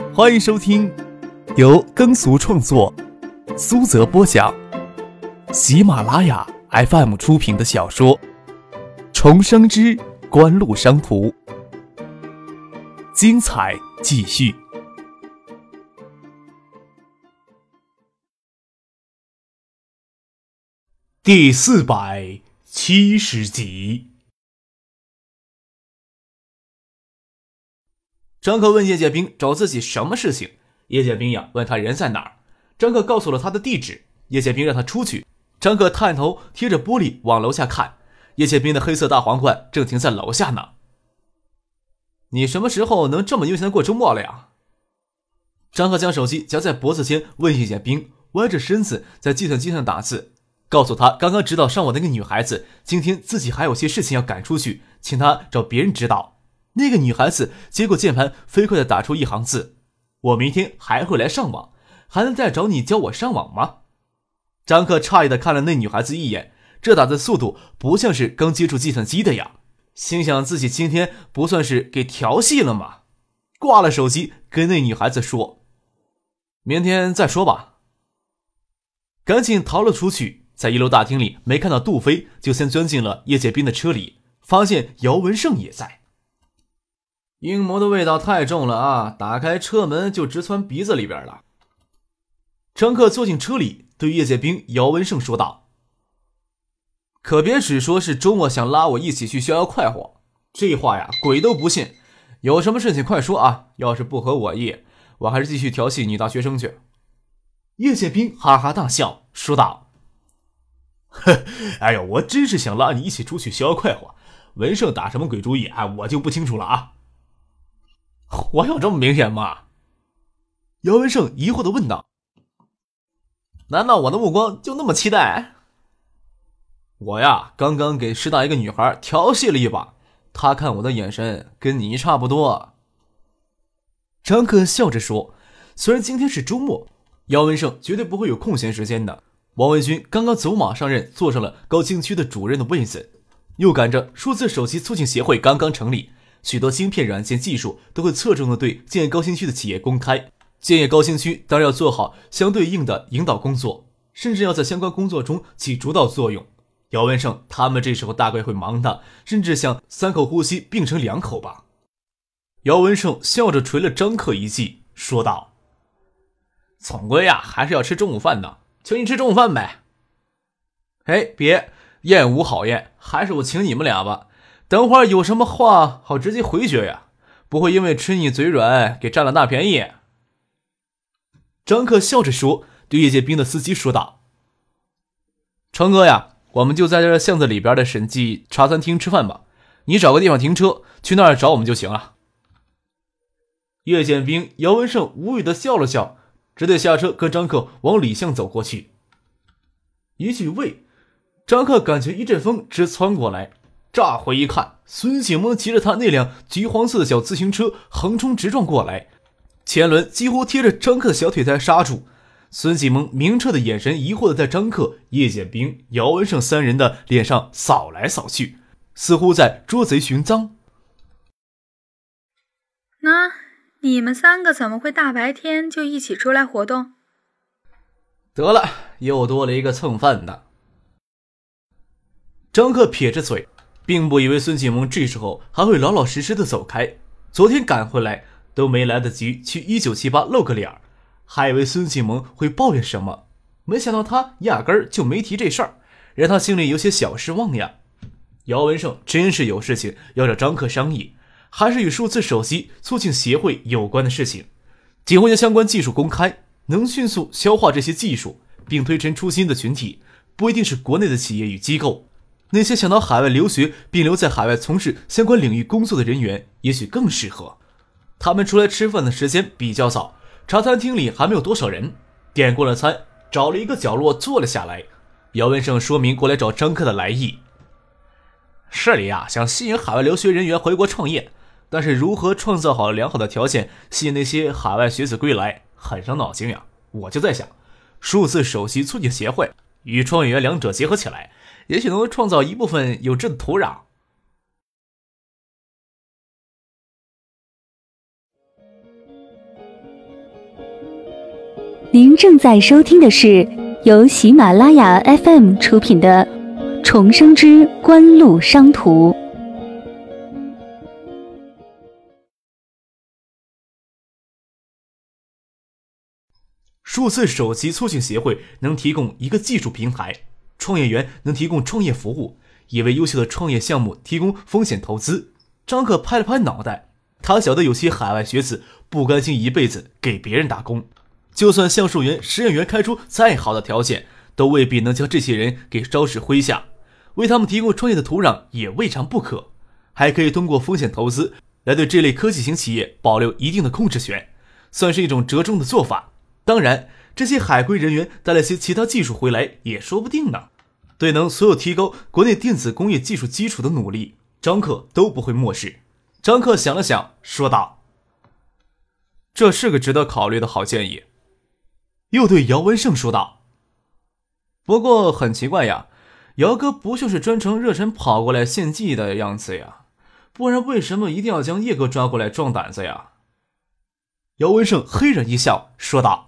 欢迎收听由耕俗创作、苏泽播讲、喜马拉雅 FM 出品的小说《重生之官路商途》，精彩继续。第470集。张克问叶剑兵找自己什么事情，叶剑兵问他人在哪儿。张克告诉了他的地址，叶剑兵让他出去。张克探头贴着玻璃往楼下看，叶剑兵的黑色大皇冠正停在楼下呢。你什么时候能这么悠闲地过周末了呀？张克将手机夹在脖子间，问叶剑兵，歪着身子在计算机上打字，告诉他刚刚指导上网那个女孩子，今天自己还有些事情要赶出去，请他找别人指导。那个女孩子接过键盘，飞快地打出一行字：我明天还会来上网，还能再找你教我上网吗？张克诧异地看了那女孩子一眼，这打字速度不像是刚接触计算机的呀，心想自己今天不算是给调戏了吗？挂了手机，跟那女孩子说：明天再说吧。赶紧逃了出去，在1楼大厅里没看到杜飞，就先钻进了叶剑兵的车里，发现姚文胜也在。阴谋的味道太重了啊，打开车门就直窜鼻子里边了。张克坐进车里，对叶剑兵、姚文胜说道：可别只说是周末想拉我一起去逍遥快活，这话呀鬼都不信。有什么事情快说啊，要是不合我意，我还是继续调戏女大学生去。叶剑兵哈哈大笑说道：哎呦，我真是想拉你一起出去逍遥快活，文胜打什么鬼主意啊，我就不清楚了啊。我有这么明显吗？姚文胜疑惑地问道。难道我的目光就那么期待？我呀，刚刚给师大一个女孩调戏了一把，她看我的眼神跟你差不多。张克笑着说，虽然今天是周末，姚文胜绝对不会有空闲时间的。王文军刚刚走马上任，坐上了高新区的主任的位子，又赶着数字手机促进协会刚刚成立，许多芯片软件技术都会侧重的对建业高新区的企业公开。建业高新区当然要做好相对应的引导工作，甚至要在相关工作中起主导作用。姚文胜他们这时候大概会忙的，甚至想3口呼吸并成2口吧。姚文胜笑着捶了张克一记，说道：总归呀，还是要吃中午饭的，请你吃中午饭呗。别，宴无好宴，还是我请你们俩吧。等会儿有什么话好直接回绝呀，不会因为吃你嘴软给占了大便宜。张克笑着说，对叶剑兵的司机说道：成哥呀，我们就在这巷子里边的审计茶餐厅吃饭吧，你找个地方停车，去那儿找我们就行了。叶剑兵、姚文胜无语地笑了笑，只得下车跟张克往里巷走过去。一句喂，张克感觉一阵风直窜过来，乍回一看，孙景萌骑着他那辆橘黄色的小自行车横冲直撞过来，前轮几乎贴着张克的小腿才刹住。孙景萌明澈的眼神疑惑地在张克、叶剑兵、姚文胜3人的脸上扫来扫去，似乎在捉贼寻赃。 那你们3个怎么会大白天就一起出来活动？ 得了，又多了一个蹭饭的。张克撇着嘴，并不以为孙景萌这时候还会老老实实的走开，昨天赶回来都没来得及去1978露个脸，还以为孙景萌会抱怨什么，没想到他压根儿就没提这事儿，让他心里有些小失望呀。姚文胜真是有事情要找张克商议，还是与数字手机促进协会有关的事情。仅会将相关技术公开，能迅速消化这些技术，并推陈出新的群体，不一定是国内的企业与机构，那些想到海外留学并留在海外从事相关领域工作的人员也许更适合。他们出来吃饭的时间比较早，茶餐厅里还没有多少人，点过了餐，找了一个角落坐了下来。姚文胜说明过来找张克的来意。市里想吸引海外留学人员回国创业，但是如何创造好良好的条件吸引那些海外学子归来，很伤脑筋呀。我就在想，数字首席促进协会与创业园两者结合起来，也许能创造一部分有质的土壤。 您正在收听的是由喜马拉雅 FM 出品的《重生之官路商途》。 数字手机促进协会能提供一个技术平台，创业园能提供创业服务，也为优秀的创业项目提供风险投资。张克拍了拍脑袋，他晓得有些海外学子不甘心一辈子给别人打工，就算橡树园实验园开出再好的条件，都未必能将这些人给招至麾下。为他们提供创业的土壤也未尝不可，还可以通过风险投资来对这类科技型企业保留一定的控制权，算是一种折中的做法。当然，这些海归人员带来些其他技术回来也说不定呢。对能所有提高国内电子工业技术基础的努力，张克都不会漠视。张克想了想，说道：“这是个值得考虑的好建议。”又对姚文胜说道：“不过很奇怪呀，姚哥不就是专程热忱跑过来献计的样子呀？不然为什么一定要将叶哥抓过来壮胆子呀？”姚文胜嘿然一笑，说道：“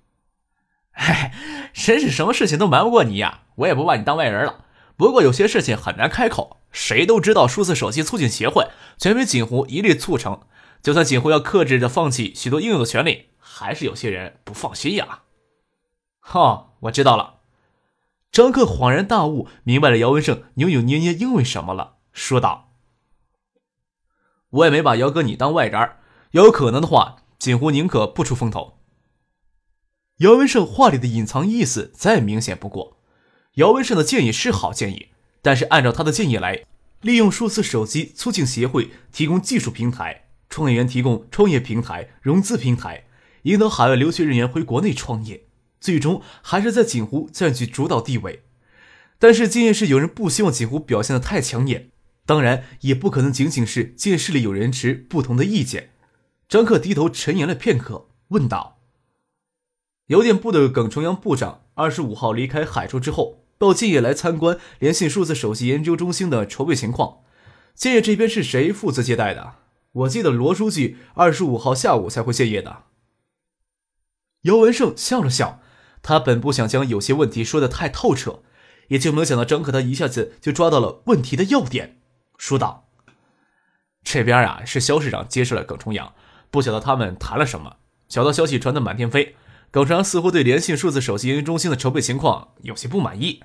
真是什么事情都瞒不过你呀，我也不把你当外人了。不过有些事情很难开口，谁都知道数字手机促进协会全凭锦湖一力促成，就算锦湖要克制着放弃许多应有的权利，还是有些人不放心呀。”“我知道了。”张克恍然大悟，明白了姚文胜扭扭捏捏因为什么了，说道：“我也没把姚哥你当外人，要有可能的话，锦湖宁可不出风头。”姚文胜话里的隐藏意思再明显不过。姚文胜的建议是好建议，但是按照他的建议来，利用数字手机促进协会提供技术平台，创业园提供创业平台、融资平台，引导海外留学人员回国内创业，最终还是在锦湖占据主导地位。但是建议是有人不希望锦湖表现得太抢眼，当然也不可能仅仅是建事里有人持不同的意见。张克低头沉吟了片刻，问道：“邮电部的耿崇阳部长25号离开海州之后，到建业来参观联信数字手机研究中心的筹备情况。建业这边是谁负责接待的？我记得罗书记25号下午才会建业的。”姚文胜笑了笑，他本不想将有些问题说得太透彻，也就没有想到张克他一下子就抓到了问题的要点，说道：“这边是肖市长接受了耿崇阳，不晓得他们谈了什么，小道消息传得满天飞。耿崇阳似乎对联信数字手机研究中心的筹备情况有些不满意。”“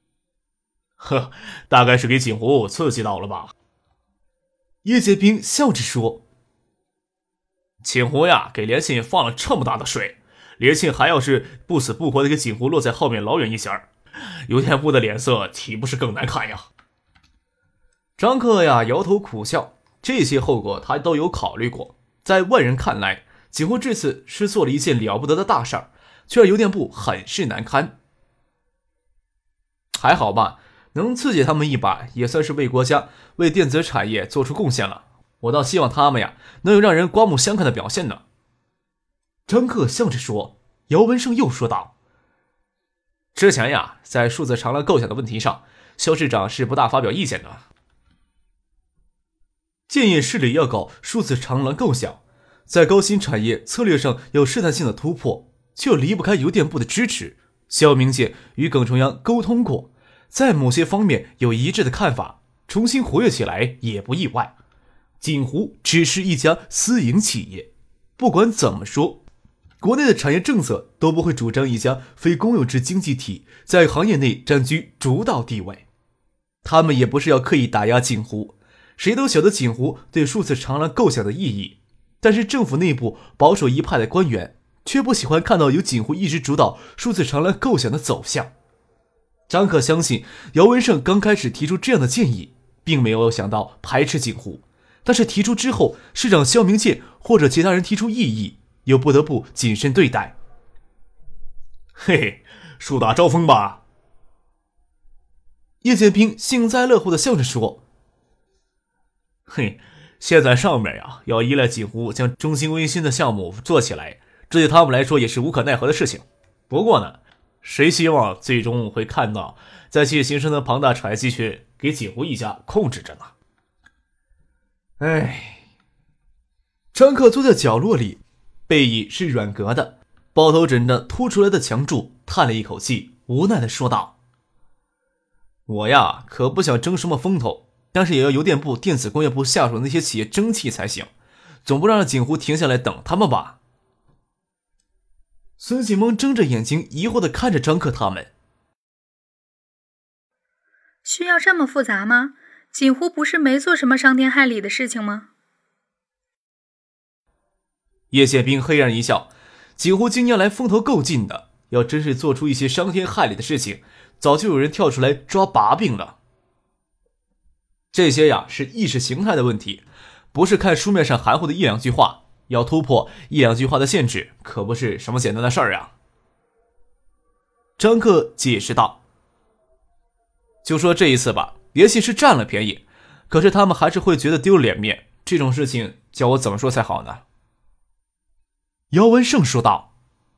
大概是给锦湖刺激到了吧。”叶剑兵笑着说：“锦湖给联信放了这么大的水，联信还要是不死不活的给锦湖落在后面老远一截，邮电部的脸色岂不是更难看呀？”张克摇头苦笑，这些后果他都有考虑过。在外人看来，锦湖这次是做了一件了不得的大事儿，却让邮电部很是难堪。还好吧，能刺激他们一把，也算是为国家、为电子产业做出贡献了。我倒希望他们能有让人刮目相看的表现呢。张克笑着说。姚文胜又说道：“之前在数字长廊构想的问题上，肖市长是不大发表意见的。建业市里要搞数字长廊构想，在高新产业策略上有试探性的突破，却离不开邮电部的支持。肖明建与耿崇阳沟通过，在某些方面有一致的看法，重新活跃起来也不意外。锦湖只是一家私营企业，不管怎么说，国内的产业政策都不会主张一家非公有制经济体在行业内占据主导地位。他们也不是要刻意打压锦湖，谁都晓得锦湖对数字长廊构想的意义，但是政府内部保守一派的官员却不喜欢看到由锦湖一直主导数字长廊构想的走向。张可相信姚文胜刚开始提出这样的建议，并没有想到排斥锦湖，但是提出之后，市长肖明建或者其他人提出异议，又不得不谨慎对待。嘿嘿，树大招风吧。叶剑兵幸灾乐祸地笑着说：“嘿，现在上面要依赖锦湖将中兴微星的项目做起来，这对他们来说也是无可奈何的事情。不过呢，谁希望最终会看到在其形成的庞大产业集群给锦湖一家控制着呢？”哎，张克坐在角落里，背椅是软革的， 抱头枕着凸出来的墙柱，叹了一口气，无奈地说道：我呀，可不想争什么风头，但是也要邮电部、电子工业部下属的那些企业争气才行，总不让锦湖停下来等他们吧。孙启蒙睁着眼睛疑惑地看着张克他们。 需要这么复杂吗？锦湖不是没做什么伤天害理的事情吗？ 叶宪兵嘿然一笑，锦湖今年来风头够劲的，要真是做出一些伤天害理的事情，早就有人跳出来抓把柄了。这些呀是意识形态的问题，不是看书面上含糊的一两句话，要突破一两句话的限制，可不是什么简单的事儿啊。张克解释道：就说这一次吧，也许是占了便宜，可是他们还是会觉得丢脸面，这种事情叫我怎么说才好呢？姚文胜说道：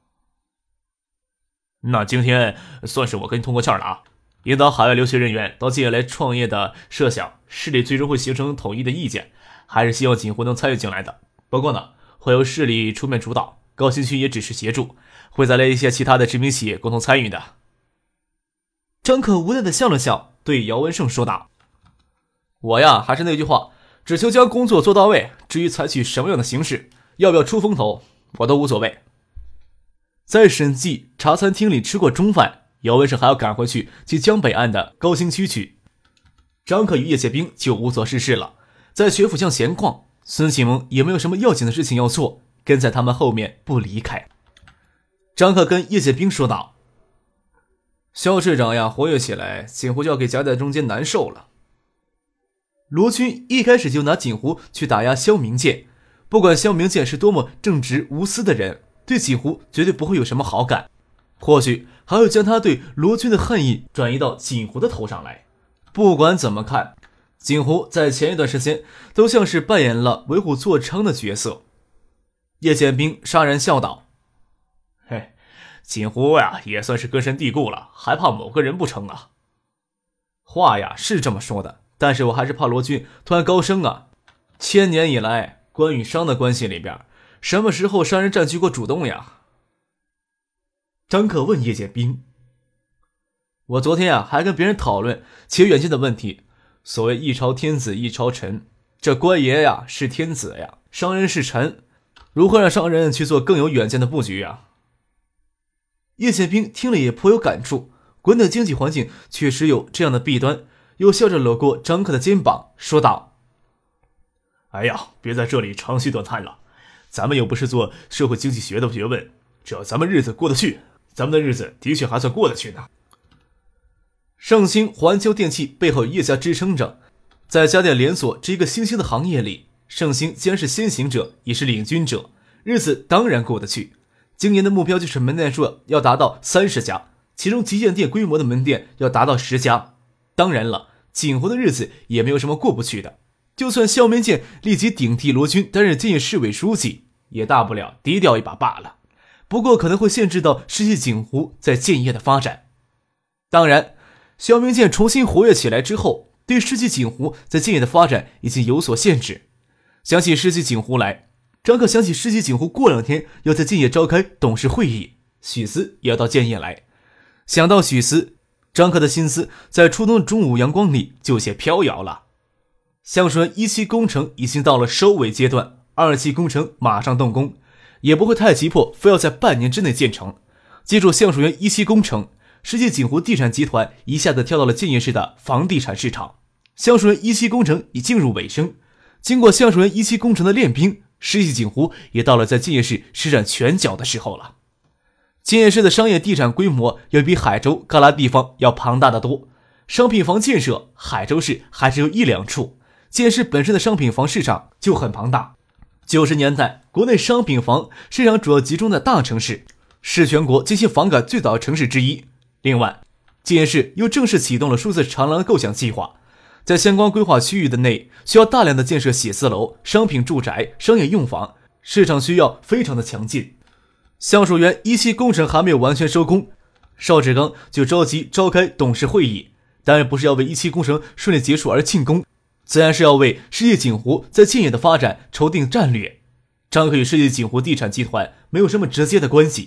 那今天算是我跟你通过气儿了啊。引导海外留学人员到境业来创业的设想，市里最终会形成统一的意见，还是希望锦湖能参与进来的。不过呢，会由市里出面主导，高新区也只是协助，会再来一些其他的知名企业共同参与的。张可无奈地笑了笑，对姚文胜说道：我呀，还是那句话，只求将工作做到位，至于采取什么样的形式，要不要出风头，我都无所谓。在审计茶餐厅里吃过中饭，姚文胜还要赶回去江北岸的高新区去。张可与叶宪兵就无所事事了，在学府巷闲逛。孙启蒙也没有什么要紧的事情要做，跟在他们后面不离开。张可跟叶宪兵说道：肖市长呀，活跃起来，锦湖就要给夹在中间难受了。罗军一开始就拿锦湖去打压萧明剑，不管萧明剑是多么正直无私的人，对锦湖绝对不会有什么好感，或许还会将他对罗军的恨意转移到锦湖的头上来。不管怎么看，锦湖在前一段时间都像是扮演了为虎作伥的角色。叶宪兵杀然笑道：嘿，锦湖呀也算是根深蒂固了，还怕某个人不成啊？话呀是这么说的，但是我还是怕罗军突然高升啊。千年以来，官与商的关系里边，什么时候商人占据过主动呀？张可问叶剑兵：我昨天还跟别人讨论且远见的问题，所谓一朝天子一朝臣，这官爷呀是天子呀，商人是臣，如何让商人去做更有远见的布局呀？叶剑兵听了也颇有感触，国内的经济环境确实有这样的弊端，又笑着搂过张克的肩膀说道：哎呀，别在这里长吁短叹了，咱们又不是做社会经济学的学问，只要咱们日子过得去，咱们的日子的确还算过得去呢。盛兴环球电器背后叶家支撑着，在家电连锁这一个新兴的行业里，盛兴既然是先行者也是领军者，日子当然过得去。今年的目标就是门店数要达到30家，其中旗舰店规模的门店要达到10家。当然了，锦湖的日子也没有什么过不去的，就算萧明剑立即顶替罗军担任建业市委书记，也大不了低调一把罢了，不过可能会限制到世纪锦湖在建业的发展。当然，萧明剑重新活跃起来之后，对世纪锦湖在建业的发展已经有所限制。想起世纪锦湖来，张克想起世纪锦湖过2天要在建业召开董事会议，许思也要到建业来。想到许思，张克的心思在初冬的中午阳光里就有些飘摇了。橡树园1期工程已经到了收尾阶段，2期工程马上动工，也不会太急迫，非要在半年之内建成。记住橡树园1期工程，世纪锦湖地产集团一下子跳到了建业市的房地产市场。橡树园1期工程已进入尾声，经过橡树园1期工程的练兵，世纪锦湖也到了在建业市施展拳脚的时候了。建业市的商业地产规模要比海州旮旯地方要庞大得多，商品房建设海州市还只有1、2处，建业市本身的商品房市场就很庞大。90年代，国内商品房市场主要集中在大城市，是全国进行房改最早的城市之一。另外，建业市又正式启动了数字长廊构想计划，在相关规划区域的内需要大量的建设写字楼、商品住宅、商业用房，市场需要非常的强劲。橡树园1期工程还没有完全收工，邵志刚就着急召开董事会议，当然不是要为1期工程顺利结束而庆功，自然是要为世纪锦湖在建业的发展筹定战略。张可与世纪锦湖地产集团没有什么直接的关系，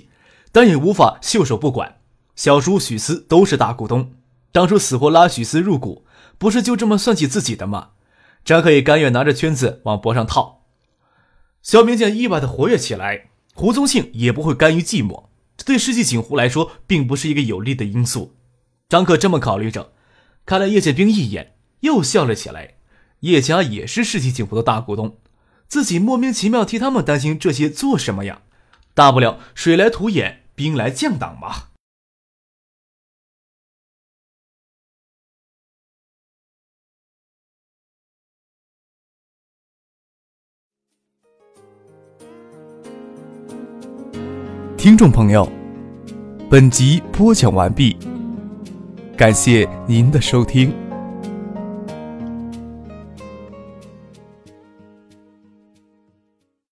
但也无法袖手不管。小叔许思都是大股东，当初死活拉许思入股，不是就这么算计自己的吗？张克也甘愿拿着圈子往脖上套。肖明剑意外地活跃起来，胡宗庆也不会甘于寂寞，这对世纪锦湖来说并不是一个有利的因素。张克这么考虑着，看了叶剑兵一眼，又笑了起来。叶家也是世纪锦湖的大股东，自己莫名其妙替他们担心这些做什么呀？大不了水来土掩，兵来将挡嘛。听众朋友，本集播讲完毕，感谢您的收听。